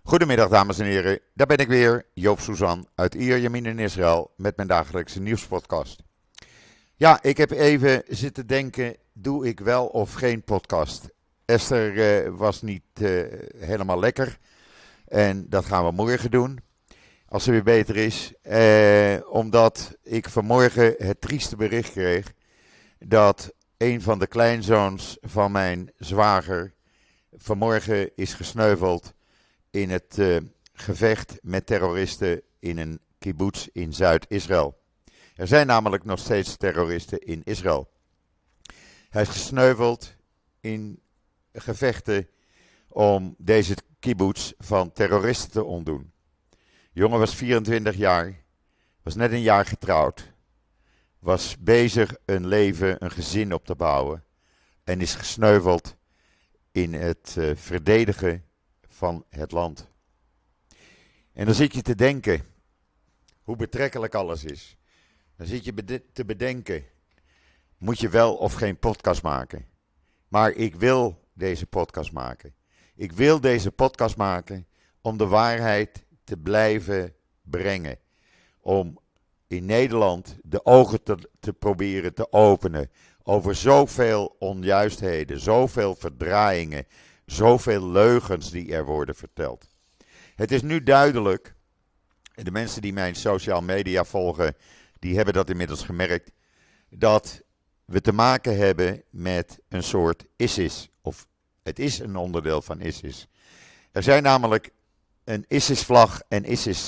Goedemiddag dames en heren, daar ben ik weer, Joop Suzan uit Ierjemien in Israël met mijn dagelijkse nieuwspodcast. Ja, ik heb even zitten denken, doe ik wel of geen podcast? Esther was niet helemaal lekker en dat gaan we morgen doen, als ze weer beter is. Omdat ik vanmorgen het trieste bericht kreeg dat een van de kleinzoons van mijn zwager vanmorgen is gesneuveld in het gevecht met terroristen in een kibbutz in Zuid-Israël. Er zijn namelijk nog steeds terroristen in Israël. Hij is gesneuveld in gevechten om deze kibbutz van terroristen te ontdoen. De jongen was 24 jaar, was net een jaar getrouwd, was bezig een leven, een gezin op te bouwen en is gesneuveld in het verdedigen van het land. En dan zit je te denken hoe betrekkelijk alles is. Dan zit je te bedenken, moet je wel of geen podcast maken? Maar ik wil deze podcast maken. Ik wil deze podcast maken om de waarheid te blijven brengen. Om in Nederland de ogen te proberen te openen over zoveel onjuistheden, zoveel verdraaiingen, zoveel leugens die er worden verteld. Het is nu duidelijk, de mensen die mijn social media volgen, die hebben dat inmiddels gemerkt, dat we te maken hebben met een soort ISIS. Of het is een onderdeel van ISIS. Er zijn namelijk een ISIS-vlag en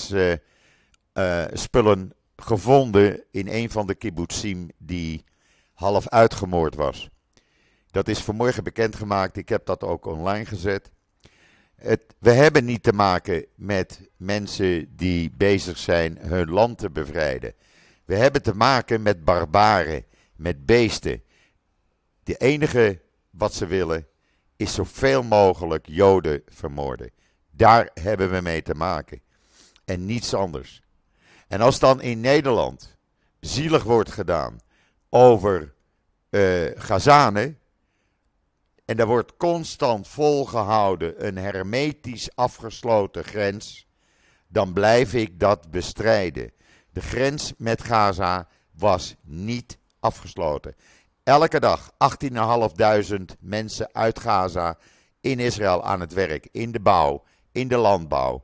ISIS-spullen gevonden in een van de kibbutzim die half uitgemoord was. Dat is vanmorgen bekendgemaakt, ik heb dat ook online gezet. We hebben niet te maken met mensen die bezig zijn hun land te bevrijden. We hebben te maken met barbaren, met beesten. De enige wat ze willen is zoveel mogelijk Joden vermoorden. Daar hebben we mee te maken. En niets anders. En als dan in Nederland zielig wordt gedaan over Gazanen, en daar wordt constant volgehouden een hermetisch afgesloten grens, dan blijf ik dat bestrijden. De grens met Gaza was niet afgesloten. Elke dag 18.500 mensen uit Gaza in Israël aan het werk, in de bouw, in de landbouw.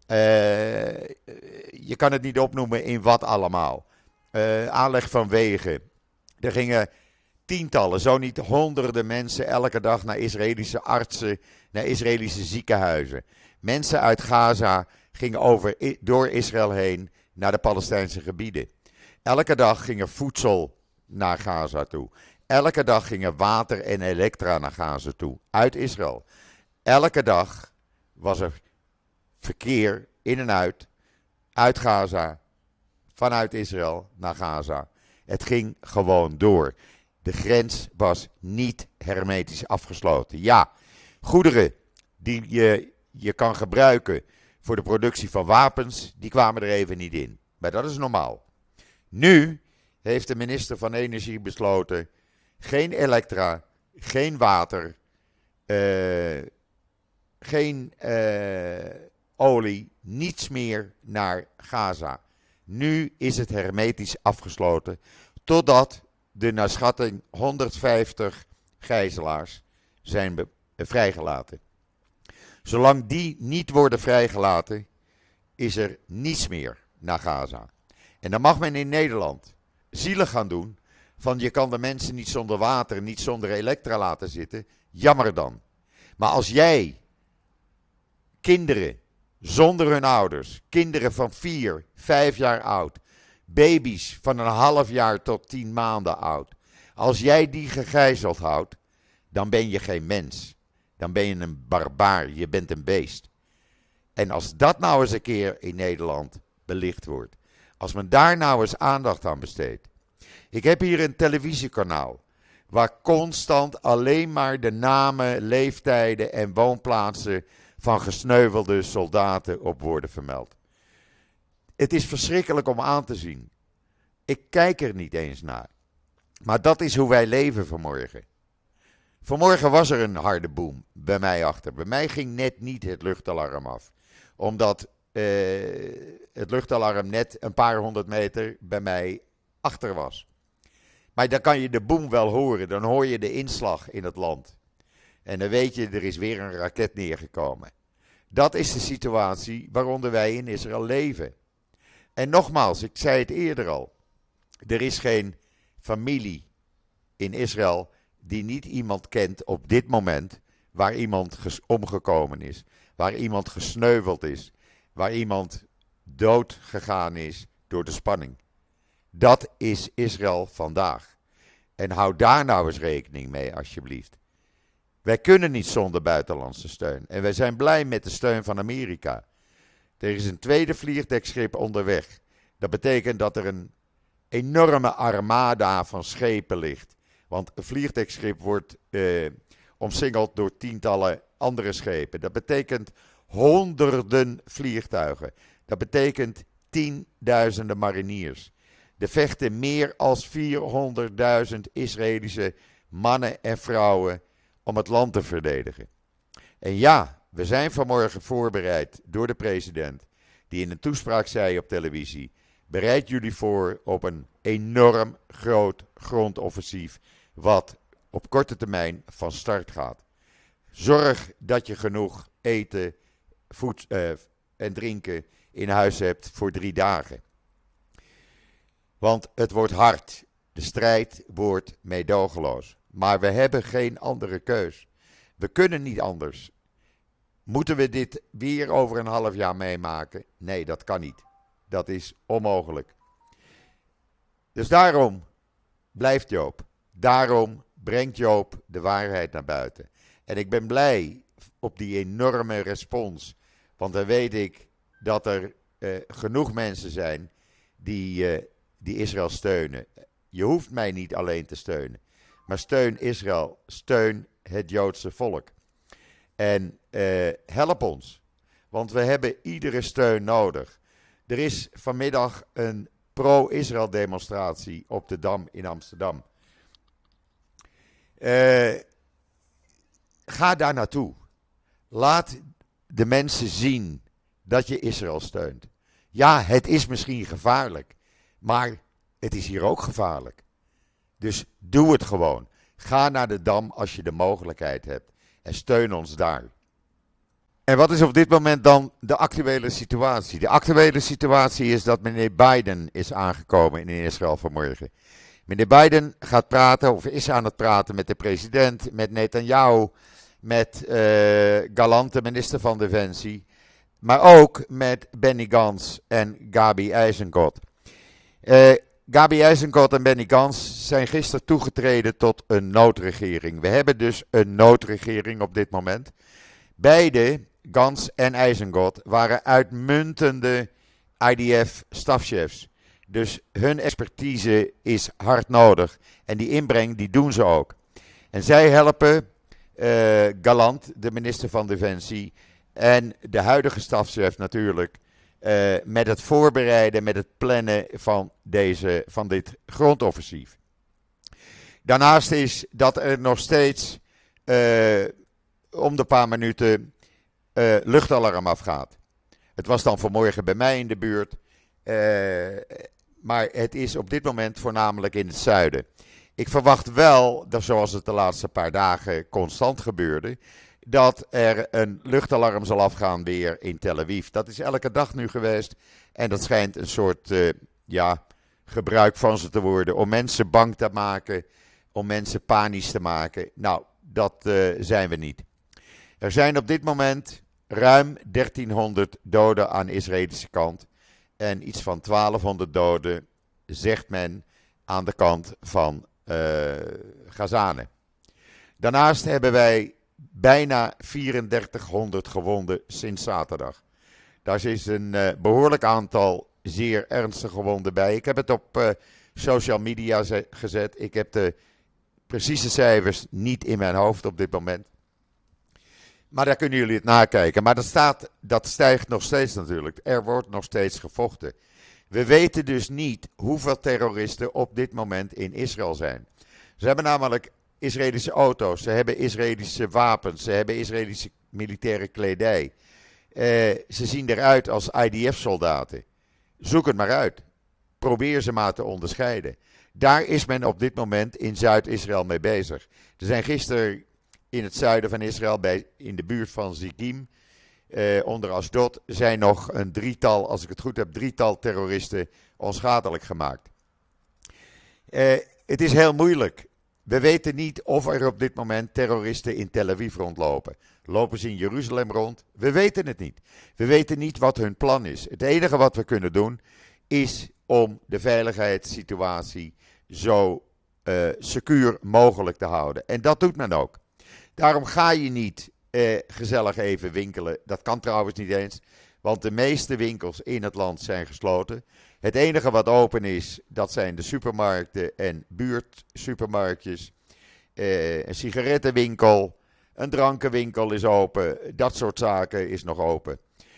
Je kan het niet opnoemen in wat allemaal. Aanleg van wegen. Er gingen tientallen, zo niet honderden mensen elke dag naar Israëlische artsen, naar Israëlische ziekenhuizen. Mensen uit Gaza gingen door Israël heen naar de Palestijnse gebieden. Elke dag ging er voedsel naar Gaza toe. Elke dag ging er water en elektra naar Gaza toe, uit Israël. Elke dag was er verkeer in en uit Gaza, vanuit Israël naar Gaza. Het ging gewoon door. De grens was niet hermetisch afgesloten. Ja, goederen die je kan gebruiken voor de productie van wapens, die kwamen er even niet in. Maar dat is normaal. Nu heeft de minister van Energie besloten, geen elektra, geen water, geen olie, niets meer naar Gaza. Nu is het hermetisch afgesloten, totdat de naar schatting 150 gijzelaars zijn vrijgelaten. Zolang die niet worden vrijgelaten, is er niets meer naar Gaza. En dan mag men in Nederland zielig gaan doen van je kan de mensen niet zonder water, niet zonder elektra laten zitten. Jammer dan. Maar als jij kinderen zonder hun ouders, kinderen van 4, 5 jaar oud, baby's van een half jaar tot 10 maanden oud, als jij die gegijzeld houdt, dan ben je geen mens. Dan ben je een barbaar, je bent een beest. En als dat nou eens een keer in Nederland belicht wordt, als men daar nou eens aandacht aan besteedt. Ik heb hier een televisiekanaal waar constant alleen maar de namen, leeftijden en woonplaatsen van gesneuvelde soldaten op worden vermeld. Het is verschrikkelijk om aan te zien. Ik kijk er niet eens naar. Maar dat is hoe wij leven vanmorgen. Vanmorgen was er een harde boom bij mij achter. Bij mij ging net niet het luchtalarm af. Omdat het luchtalarm net een paar honderd meter bij mij achter was. Maar dan kan je de boom wel horen. Dan hoor je de inslag in het land. En dan weet je, er is weer een raket neergekomen. Dat is de situatie waaronder wij in Israël leven. En nogmaals, ik zei het eerder al. Er is geen familie in Israël die niet iemand kent op dit moment waar iemand omgekomen is. Waar iemand gesneuveld is. Waar iemand dood gegaan is door de spanning. Dat is Israël vandaag. En hou daar nou eens rekening mee alsjeblieft. Wij kunnen niet zonder buitenlandse steun. En wij zijn blij met de steun van Amerika. Er is een tweede vliegdekschip onderweg. Dat betekent dat er een enorme armada van schepen ligt. Want een vliegdekschip wordt omsingeld door tientallen andere schepen. Dat betekent honderden vliegtuigen. Dat betekent tienduizenden mariniers. Er vechten meer dan 400.000 Israëlische mannen en vrouwen om het land te verdedigen. En ja, we zijn vanmorgen voorbereid door de president, die in een toespraak zei op televisie: bereid jullie voor op een enorm groot grondoffensief, wat op korte termijn van start gaat. Zorg dat je genoeg eten en drinken in huis hebt voor 3 dagen. Want het wordt hard. De strijd wordt meedogenloos. Maar we hebben geen andere keus. We kunnen niet anders. Moeten we dit weer over een half jaar meemaken? Nee, dat kan niet. Dat is onmogelijk. Dus daarom blijft Joop. Daarom brengt Joop de waarheid naar buiten. En ik ben blij op die enorme respons. Want dan weet ik dat er genoeg mensen zijn die Israël steunen. Je hoeft mij niet alleen te steunen. Maar steun Israël, steun het Joodse volk. En help ons. Want we hebben iedere steun nodig. Er is vanmiddag een pro-Israël demonstratie op de Dam in Amsterdam. Ga daar naartoe. Laat de mensen zien dat je Israël steunt. Ja, het is misschien gevaarlijk. Maar het is hier ook gevaarlijk. Dus doe het gewoon. Ga naar de Dam als je de mogelijkheid hebt. En steun ons daar. En wat is op dit moment dan de actuele situatie? De actuele situatie is dat meneer Biden is aangekomen in Israël vanmorgen. Meneer Biden gaat praten, of is aan het praten met de president, met Netanyahu, met Gallant, de minister van Defensie. Maar ook met Benny Gantz en Gabi Eisenkot. Gabi Eisenkot en Benny Gantz zijn gisteren toegetreden tot een noodregering. We hebben dus een noodregering op dit moment. Beide, Gantz en Eisenkot, waren uitmuntende IDF-stafchefs. Dus hun expertise is hard nodig. En die inbreng, die doen ze ook. En zij helpen Gallant, de minister van Defensie, en de huidige stafchef natuurlijk, met het voorbereiden, met het plannen van dit grondoffensief. Daarnaast is dat er nog steeds om de paar minuten luchtalarm afgaat. Het was dan vanmorgen bij mij in de buurt, maar het is op dit moment voornamelijk in het zuiden. Ik verwacht wel, dat zoals het de laatste paar dagen constant gebeurde, dat er een luchtalarm zal afgaan weer in Tel Aviv. Dat is elke dag nu geweest en dat schijnt een soort gebruik van ze te worden om mensen bang te maken, om mensen panisch te maken. Nou, dat zijn we niet. Er zijn op dit moment ruim 1300 doden aan de Israëlische kant en iets van 1200 doden, zegt men, aan de kant van Gazanen. Daarnaast hebben wij bijna 3400 gewonden sinds zaterdag. Daar is een behoorlijk aantal zeer ernstige gewonden bij. Ik heb het op social media gezet. Ik heb de precieze cijfers niet in mijn hoofd op dit moment. Maar daar kunnen jullie het nakijken. Maar dat stijgt nog steeds natuurlijk. Er wordt nog steeds gevochten. We weten dus niet hoeveel terroristen op dit moment in Israël zijn. Ze hebben namelijk Israëlische auto's, ze hebben Israëlische wapens, ze hebben Israëlische militaire kledij. Ze zien eruit als IDF-soldaten. Zoek het maar uit. Probeer ze maar te onderscheiden. Daar is men op dit moment in Zuid-Israël mee bezig. Er zijn gisteren in het zuiden van Israël, in de buurt van Zikim, onder Ashdod, zijn nog een drietal, als ik het goed heb, terroristen onschadelijk gemaakt. Het is heel moeilijk. We weten niet of er op dit moment terroristen in Tel Aviv rondlopen. Lopen ze in Jeruzalem rond? We weten het niet. We weten niet wat hun plan is. Het enige wat we kunnen doen is om de veiligheidssituatie zo secuur mogelijk te houden. En dat doet men ook. Daarom ga je niet gezellig even winkelen. Dat kan trouwens niet eens, want de meeste winkels in het land zijn gesloten. Het enige wat open is, dat zijn de supermarkten en buurtsupermarktjes. Een sigarettenwinkel, een drankenwinkel is open. Dat soort zaken is nog open.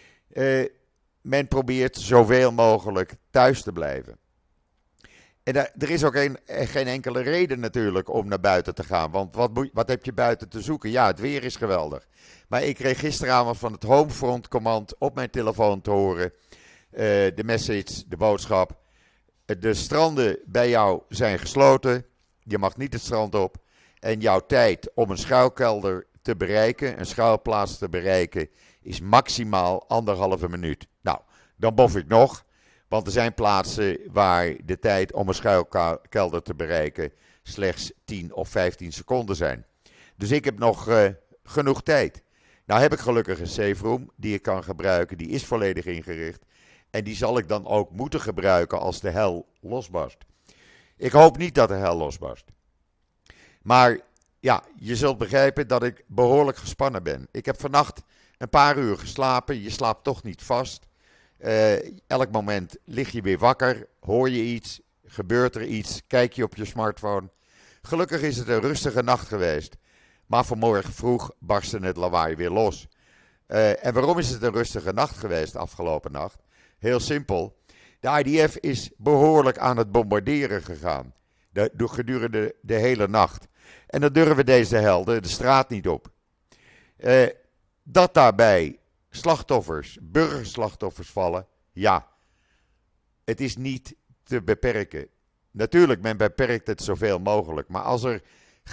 Men probeert zoveel mogelijk thuis te blijven. En er is ook geen enkele reden natuurlijk om naar buiten te gaan. Want wat heb je buiten te zoeken? Ja, het weer is geweldig. Maar ik kreeg gisteravond van het Homefront Command op mijn telefoon te horen. De message, de boodschap. De stranden bij jou zijn gesloten. Je mag niet het strand op. En jouw tijd om een schuilkelder te bereiken, een schuilplaats te bereiken, is maximaal 1,5 minuut. Nou, dan bof ik nog. Want er zijn plaatsen waar de tijd om een schuilkelder te bereiken slechts 10 of 15 seconden zijn. Dus ik heb nog genoeg tijd. Nou heb ik gelukkig een safe room die ik kan gebruiken. Die is volledig ingericht. En die zal ik dan ook moeten gebruiken als de hel losbarst. Ik hoop niet dat de hel losbarst. Maar ja, je zult begrijpen dat ik behoorlijk gespannen ben. Ik heb vannacht een paar uur geslapen. Je slaapt toch niet vast. Elk moment lig je weer wakker, hoor je iets, gebeurt er iets, kijk je op je smartphone. Gelukkig is het een rustige nacht geweest, maar vanmorgen vroeg barstte het lawaai weer los. En waarom is het een rustige nacht geweest afgelopen nacht? Heel simpel, de IDF is behoorlijk aan het bombarderen gegaan, gedurende de hele nacht. En dan durven deze helden de straat niet op. Dat daarbij slachtoffers, burgerslachtoffers vallen, ja, het is niet te beperken. Natuurlijk, men beperkt het zoveel mogelijk. Maar als er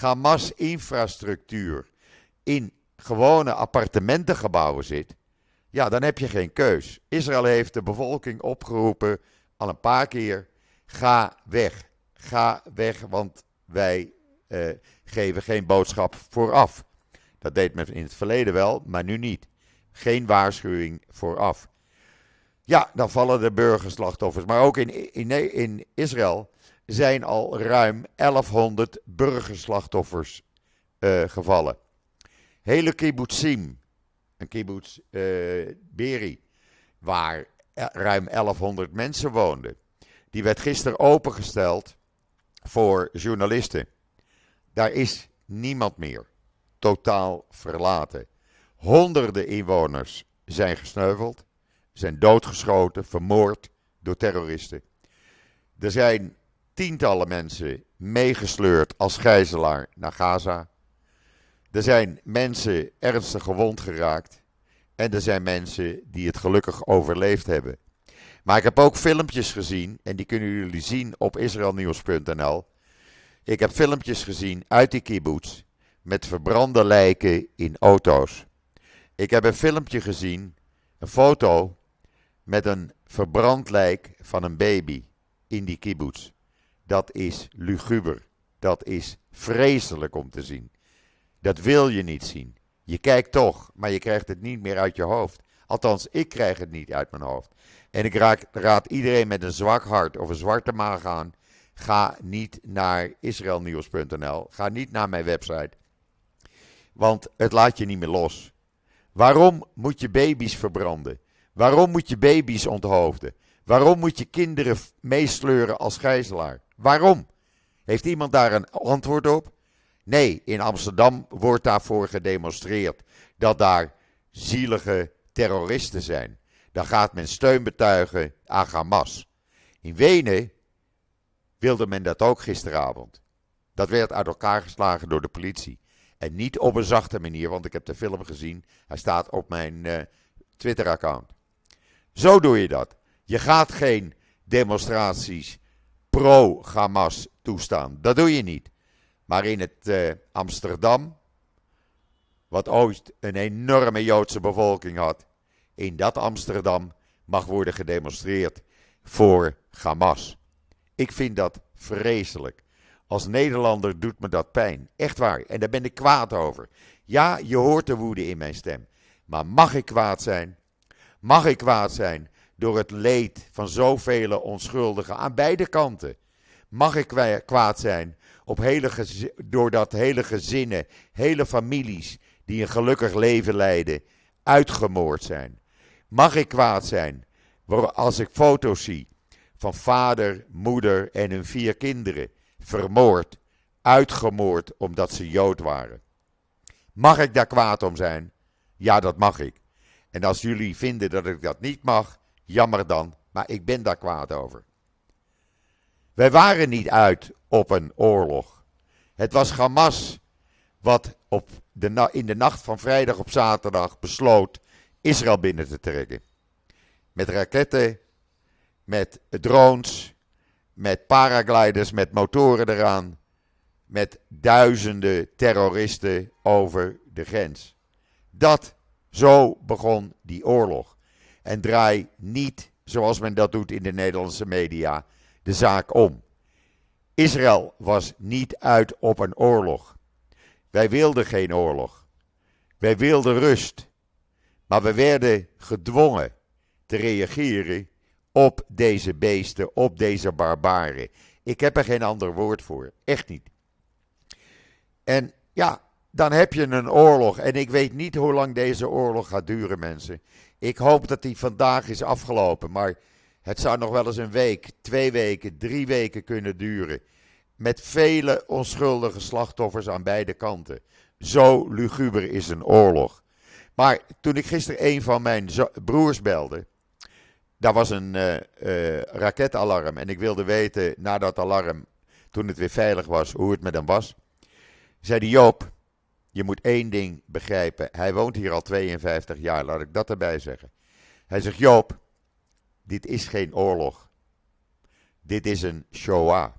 Hamas-infrastructuur in gewone appartementengebouwen zit, ja, dan heb je geen keus. Israël heeft de bevolking opgeroepen al een paar keer, ga weg. Ga weg, want wij geven geen boodschap vooraf. Dat deed men in het verleden wel, maar nu niet. Geen waarschuwing vooraf. Ja, dan vallen de burgerslachtoffers. Maar ook in Israël zijn al ruim 1100 burgerslachtoffers gevallen. Hele kibbutzim, een kibbutz Beri, waar ruim 1100 mensen woonden. Die werd gisteren opengesteld voor journalisten. Daar is niemand meer. Totaal verlaten. Honderden inwoners zijn gesneuveld, zijn doodgeschoten, vermoord door terroristen. Er zijn tientallen mensen meegesleurd als gijzelaar naar Gaza. Er zijn mensen ernstig gewond geraakt. En er zijn mensen die het gelukkig overleefd hebben. Maar ik heb ook filmpjes gezien, en die kunnen jullie zien op israelnieuws.nl. Ik heb filmpjes gezien uit die kibbutz met verbrande lijken in auto's. Ik heb een filmpje gezien, een foto met een verbrand lijk van een baby in die kibbutz. Dat is luguber. Dat is vreselijk om te zien. Dat wil je niet zien. Je kijkt toch, maar je krijgt het niet meer uit je hoofd. Althans, ik krijg het niet uit mijn hoofd. En ik raad iedereen met een zwak hart of een zwarte maag aan. Ga niet naar israelnieuws.nl. Ga niet naar mijn website. Want het laat je niet meer los. Waarom moet je baby's verbranden? Waarom moet je baby's onthoofden? Waarom moet je kinderen meesleuren als gijzelaar? Waarom? Heeft iemand daar een antwoord op? Nee, in Amsterdam wordt daarvoor gedemonstreerd dat daar zielige terroristen zijn. Dan gaat men steun betuigen aan Hamas. In Wenen wilde men dat ook gisteravond. Dat werd uit elkaar geslagen door de politie. En niet op een zachte manier, want ik heb de film gezien. Hij staat op mijn Twitter-account. Zo doe je dat. Je gaat geen demonstraties pro-Hamas toestaan. Dat doe je niet. Maar in het Amsterdam, wat ooit een enorme Joodse bevolking had, in dat Amsterdam mag worden gedemonstreerd voor Hamas. Ik vind dat vreselijk. Als Nederlander doet me dat pijn. Echt waar. En daar ben ik kwaad over. Ja, je hoort de woede in mijn stem. Maar mag ik kwaad zijn? Mag ik kwaad zijn door het leed van zoveel onschuldigen aan beide kanten? Mag ik kwaad zijn doordat hele gezinnen, hele families die een gelukkig leven leiden, uitgemoord zijn? Mag ik kwaad zijn als ik foto's zie van vader, moeder en hun 4 kinderen vermoord, uitgemoord omdat ze Jood waren? Mag ik daar kwaad om zijn? Ja, dat mag ik. En als jullie vinden dat ik dat niet mag, jammer dan, maar ik ben daar kwaad over. Wij waren niet uit op een oorlog. Het was Hamas wat in de nacht van vrijdag op zaterdag besloot Israël binnen te trekken. Met raketten, met drones, met paragliders, met motoren eraan, met duizenden terroristen over de grens. Zo begon die oorlog. En draai niet, zoals men dat doet in de Nederlandse media, de zaak om. Israël was niet uit op een oorlog. Wij wilden geen oorlog. Wij wilden rust. Maar we werden gedwongen te reageren op deze beesten, op deze barbaren. Ik heb er geen ander woord voor. Echt niet. En ja, dan heb je een oorlog. En ik weet niet hoe lang deze oorlog gaat duren, mensen. Ik hoop dat die vandaag is afgelopen. Maar het zou nog wel eens een week, 2 weken, 3 weken kunnen duren. Met vele onschuldige slachtoffers aan beide kanten. Zo luguber is een oorlog. Maar toen ik gisteren een van mijn broers belde, daar was een raketalarm. En ik wilde weten, na dat alarm, toen het weer veilig was, hoe het met hem was. Zei hij: Joop, je moet 1 ding begrijpen. Hij woont hier al 52 jaar, laat ik dat erbij zeggen. Hij zegt: Joop, dit is geen oorlog. Dit is een Shoah.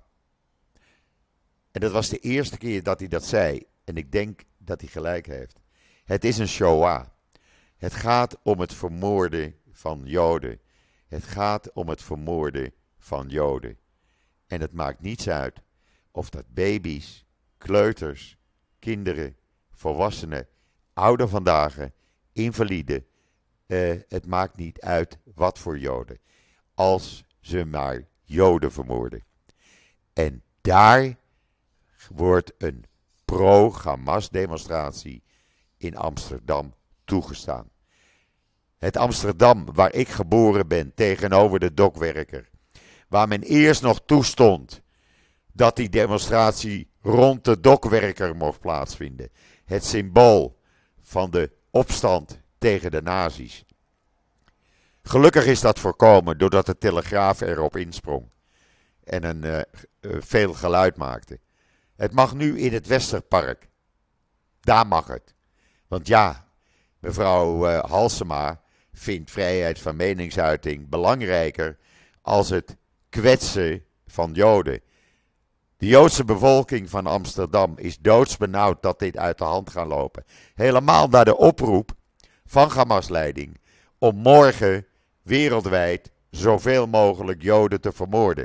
En dat was de eerste keer dat hij dat zei. En ik denk dat hij gelijk heeft. Het is een Shoah. Het gaat om het vermoorden van Joden. Het gaat om het vermoorden van Joden. En het maakt niets uit of dat baby's, kleuters, kinderen, volwassenen, ouder vandaag, invaliden. Het maakt niet uit wat voor Joden. Als ze maar Joden vermoorden. En daar wordt een pro-Hamas demonstratie in Amsterdam toegestaan. Het Amsterdam waar ik geboren ben, tegenover de dokwerker, waar men eerst nog toestond dat die demonstratie rond de dokwerker mocht plaatsvinden. Het symbool van de opstand tegen de nazi's. Gelukkig is dat voorkomen doordat de Telegraaf erop insprong en veel geluid maakte. Het mag nu in het Westerpark. Daar mag het. Want ja, mevrouw Halsema vindt vrijheid van meningsuiting belangrijker als het kwetsen van Joden. De Joodse bevolking van Amsterdam is doodsbenauwd dat dit uit de hand gaat lopen. Helemaal naar de oproep van Hamas-leiding om morgen wereldwijd zoveel mogelijk Joden te vermoorden.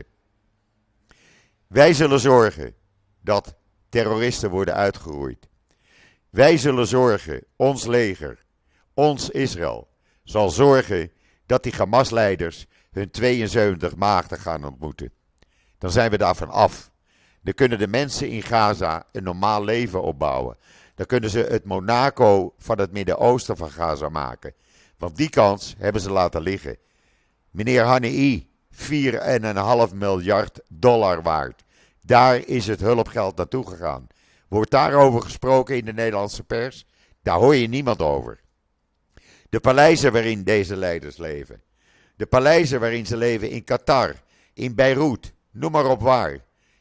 Wij zullen zorgen dat terroristen worden uitgeroeid. Wij zullen zorgen, ons leger, ons Israël, zal zorgen dat die Hamas-leiders hun 72 maagden gaan ontmoeten. Dan zijn we daarvan af. Dan kunnen de mensen in Gaza een normaal leven opbouwen. Dan kunnen ze het Monaco van het Midden-Oosten van Gaza maken. Want die kans hebben ze laten liggen. Meneer Hanei, $4,5 miljard waard. Daar is het hulpgeld naartoe gegaan. Wordt daarover gesproken in de Nederlandse pers? Daar hoor je niemand over. De paleizen waarin deze leiders leven. De paleizen waarin ze leven in Qatar, in Beirut, noem maar op waar.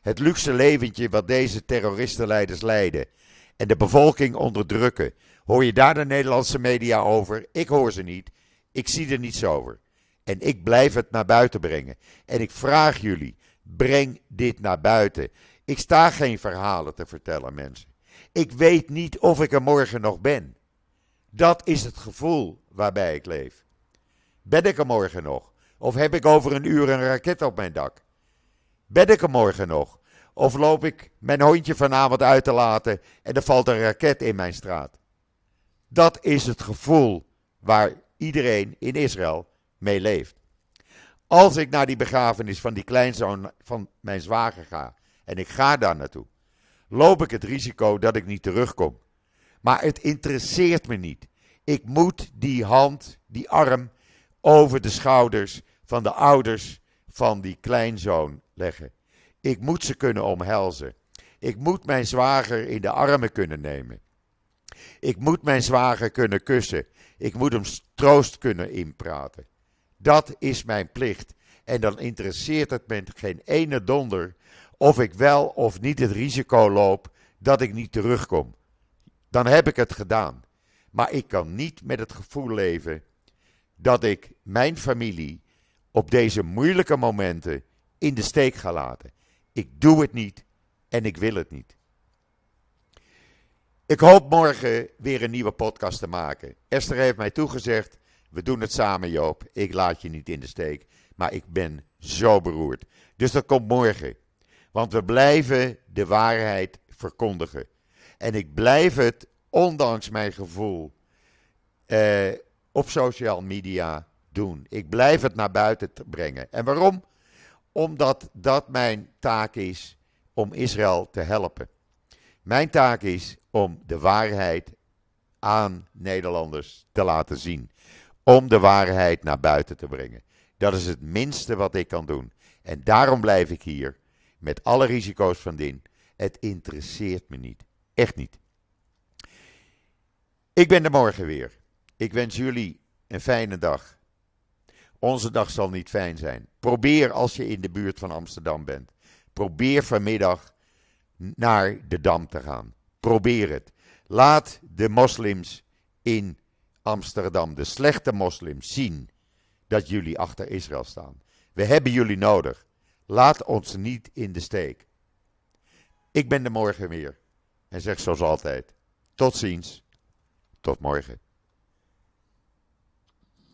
Het luxe leventje wat deze terroristenleiders leiden en de bevolking onderdrukken. Hoor je daar de Nederlandse media over? Ik hoor ze niet. Ik zie er niets over. En ik blijf het naar buiten brengen. En ik vraag jullie, breng dit naar buiten. Ik sta geen verhalen te vertellen, mensen. Ik weet niet of ik er morgen nog ben. Dat is het gevoel waarbij ik leef. Ben ik er morgen nog? Of heb ik over een uur een raket op mijn dak? Ben ik er morgen nog? Of loop ik mijn hondje vanavond uit te laten en er valt een raket in mijn straat? Dat is het gevoel waar iedereen in Israël mee leeft. Als ik naar die begrafenis van die kleinzoon van mijn zwager ga, en ik ga daar naartoe, loop ik het risico dat ik niet terugkom. Maar het interesseert me niet. Ik moet die hand, die arm, over de schouders van de ouders van die kleinzoon leggen. Ik moet ze kunnen omhelzen. Ik moet mijn zwager in de armen kunnen nemen. Ik moet mijn zwager kunnen kussen. Ik moet hem troost kunnen inpraten. Dat is mijn plicht. En dan interesseert het me geen ene donder of ik wel of niet het risico loop dat ik niet terugkom. Dan heb ik het gedaan. Maar ik kan niet met het gevoel leven dat ik mijn familie op deze moeilijke momenten in de steek ga laten. Ik doe het niet en ik wil het niet. Ik hoop morgen weer een nieuwe podcast te maken. Esther heeft mij toegezegd, we doen het samen Joop. Ik laat je niet in de steek, maar ik ben zo beroerd. Dus dat komt morgen. Want we blijven de waarheid verkondigen. En ik blijf het, ondanks mijn gevoel, op social media doen. Ik blijf het naar buiten brengen. En waarom? Omdat dat mijn taak is om Israël te helpen. Mijn taak is om de waarheid aan Nederlanders te laten zien. Om de waarheid naar buiten te brengen. Dat is het minste wat ik kan doen. En daarom blijf ik hier. Met alle risico's van dien. Het interesseert me niet. Echt niet. Ik ben er morgen weer. Ik wens jullie een fijne dag. Onze dag zal niet fijn zijn. Probeer als je in de buurt van Amsterdam bent. Probeer vanmiddag naar de Dam te gaan. Probeer het. Laat de moslims in Amsterdam, de slechte moslims, zien dat jullie achter Israël staan. We hebben jullie nodig. Laat ons niet in de steek. Ik ben er morgen weer. En zeg zoals altijd, tot ziens, tot morgen.